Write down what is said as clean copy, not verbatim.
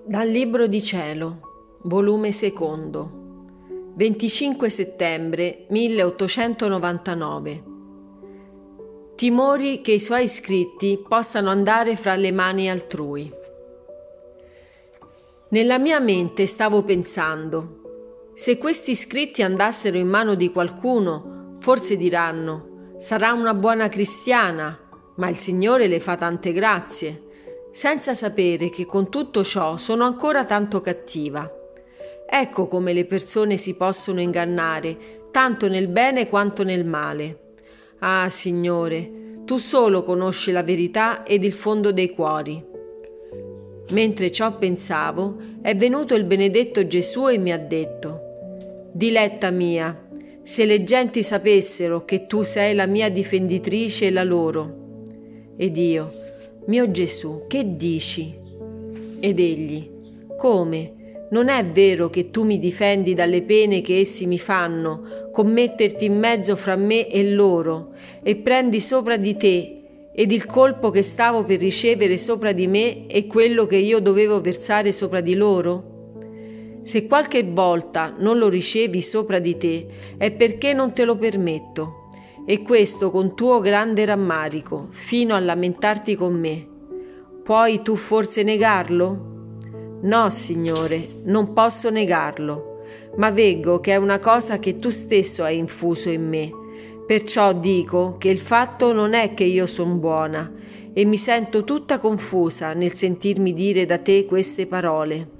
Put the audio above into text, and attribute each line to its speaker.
Speaker 1: Dal Libro di Cielo, volume secondo, 25 settembre 1899. Timori che i suoi scritti possano andare fra le mani altrui. Nella mia mente stavo pensando: se questi scritti andassero in mano di qualcuno, forse diranno: sarà una buona cristiana, ma il Signore le fa tante grazie, senza sapere che con tutto ciò sono ancora tanto cattiva. Ecco come le persone si possono ingannare, tanto nel bene quanto nel male. Ah, Signore, Tu solo conosci la verità ed il fondo dei cuori. Mentre ciò pensavo, è venuto il benedetto Gesù e mi ha detto: Diletta mia, se le genti sapessero che Tu sei la mia difenditrice e la loro. Ed io: mio Gesù, che dici? Ed egli: come? Non è vero che tu mi difendi dalle pene che essi mi fanno, con metterti in mezzo fra me e loro, e prendi sopra di te, ed il colpo che stavo per ricevere sopra di me è quello che io dovevo versare sopra di loro? Se qualche volta non lo ricevi sopra di te, è perché non te lo permetto. E questo con tuo grande rammarico, fino a lamentarti con me. Puoi tu forse negarlo? No, Signore, non posso negarlo, ma veggo che è una cosa che Tu stesso hai infuso in me. Perciò dico che il fatto non è che io son buona, e mi sento tutta confusa nel sentirmi dire da Te queste parole.